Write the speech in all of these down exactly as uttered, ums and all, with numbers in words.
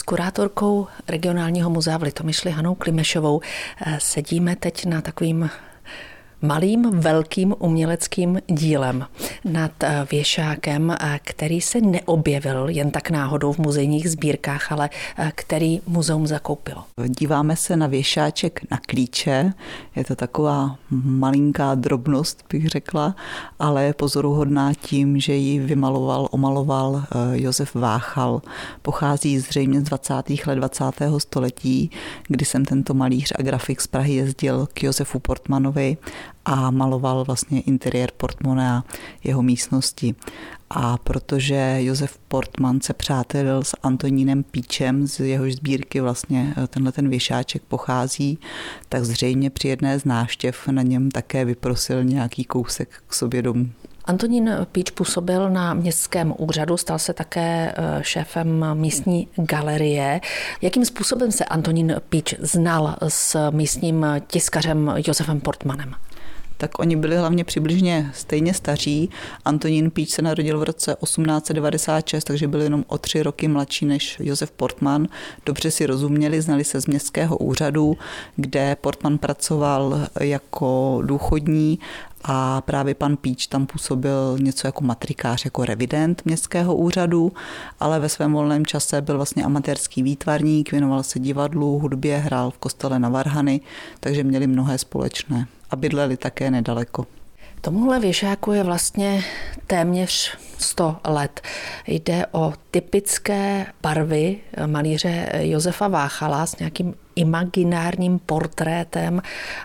kurátorkou Regionálního muzea v Litomyšli Hanou Klimešovou sedíme teď na takovým malým, velkým uměleckým dílem nad věšákem, který se neobjevil jen tak náhodou v muzejních sbírkách, ale který muzeum zakoupilo. Díváme se na věšáček na klíče. Je to taková malinká drobnost, bych řekla, ale je pozoruhodná tím, že ji vymaloval, omaloval Josef Váchal. Pochází zřejmě z dvacátých let dvacátého století, kdy jsem tento malíř a grafik z Prahy jezdil k Josefu Portmanovi a maloval vlastně interiér Portmonea jeho místnosti. A protože Josef Portman se přátelil s Antonínem Píčem, z jehož sbírky vlastně tenhle ten věšáček pochází, tak zřejmě při jedné z návštěv na něm také vyprosil nějaký kousek k sobě domů. Antonín Píč působil na městském úřadu, stal se také šéfem místní galerie. Jakým způsobem se Antonín Píč znal s místním tiskařem Josefem Portmanem? Tak oni byli hlavně přibližně stejně staří. Antonín Píč se narodil v roce osmnáct set devadesát šest, takže byl jenom o tři roky mladší než Josef Portman. Dobře si rozuměli, znali se z městského úřadu, kde Portman pracoval jako důchodní a právě pan Píč tam působil něco jako matrikář, jako revident městského úřadu, ale ve svém volném čase byl vlastně amatérský výtvarník, věnoval se divadlu, hudbě, hrál v kostele na varhany, takže měli mnohé společné a bydleli také nedaleko. Tomuhle věšáku je vlastně téměř sto let. Jde o typické barvy malíře Josefa Váchala s nějakým imaginárním portrétem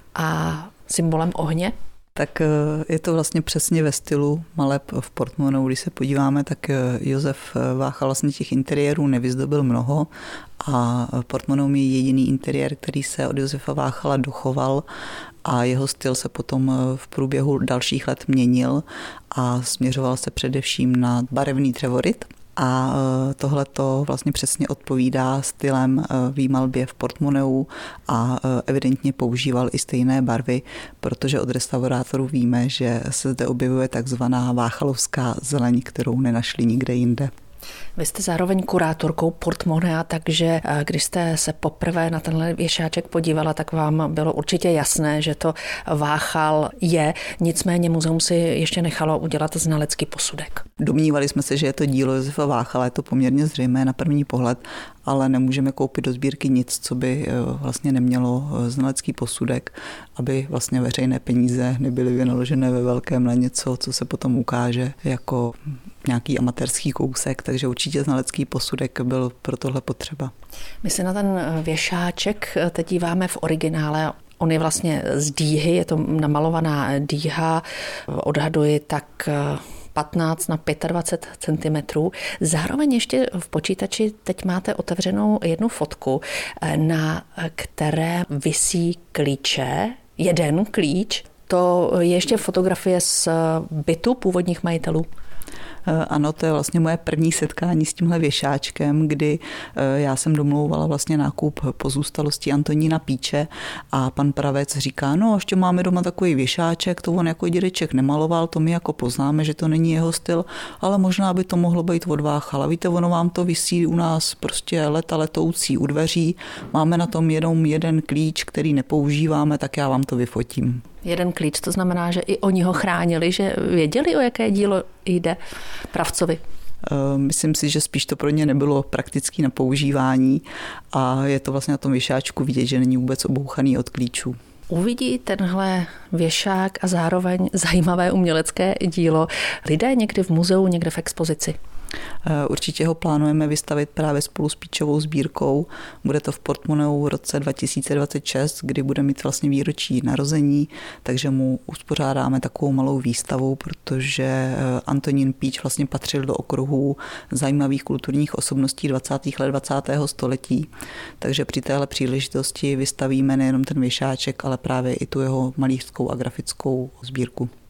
a symbolem ohně. Tak je to vlastně přesně ve stylu maleb v Portmonu. Když se podíváme, tak Josef Váchal vlastně těch interiérů nevyzdobil mnoho a Portmonu je jediný interiér, který se od Josefa Váchala dochoval a jeho styl se potom v průběhu dalších let měnil a směřoval se především na barevný dřevoryt. A tohleto vlastně přesně odpovídá stylem výmalbě v Portmoneu a evidentně používal i stejné barvy, protože od restaurátorů víme, že se zde objevuje takzvaná váchalovská zeleň, kterou nenašli nikde jinde. Vy jste zároveň kurátorkou Portmonea, takže když jste se poprvé na tenhle věšáček podívala, tak vám bylo určitě jasné, že to Váchal je. Nicméně muzeum si ještě nechalo udělat znalecký posudek. Domnívali jsme se, že je to dílo Josefa Váchala, je to poměrně zřejmé na první pohled, ale nemůžeme koupit do sbírky nic, co by vlastně nemělo znalecký posudek, aby vlastně veřejné peníze nebyly vynaložené ve velkém na něco, co se potom ukáže jako nějaký amatérský kousek, takže určitě znalecký posudek byl pro tohle potřeba. My se na ten věšáček teď díváme v originále. On je vlastně z dýhy, je to namalovaná dýha, odhaduji tak patnáct na dvacet pět centimetrů. Zároveň ještě v počítači teď máte otevřenou jednu fotku, na které visí klíče, jeden klíč. To je ještě fotografie z bytu původních majitelů. Ano, to je vlastně moje první setkání s tímhle věšáčkem, kdy já jsem domlouvala vlastně nákup pozůstalostí Antonína Píče a pan Pravec říká, no ještě máme doma takový věšáček, to on jako dědeček nemaloval, to my jako poznáme, že to není jeho styl, ale možná by to mohlo být od Váchala. Víte, ono vám to visí u nás prostě leta letoucí u dveří, máme na tom jenom jeden klíč, který nepoužíváme, tak já vám to vyfotím. Jeden klíč, to znamená, že i oni ho chránili, že věděli, o jaké dílo jde Pravcovi. Myslím si, že spíš to pro ně nebylo praktický na používání a je to vlastně na tom věšáčku vidět, že není vůbec obouchaný od klíčů. Uvidí tenhle věšák a zároveň zajímavé umělecké dílo lidé někdy v muzeu, někde v expozici? Určitě ho plánujeme vystavit právě spolu s Píčovou sbírkou. Bude to v Portmoneu v roce dva tisíce dvacet šest, kdy bude mít vlastně výročí narození, takže mu uspořádáme takovou malou výstavu, protože Antonín Píč vlastně patřil do okruhu zajímavých kulturních osobností dvacátých let dvacátého století. Takže při téhle příležitosti vystavíme nejenom ten věšáček, ale právě i tu jeho malířskou a grafickou sbírku.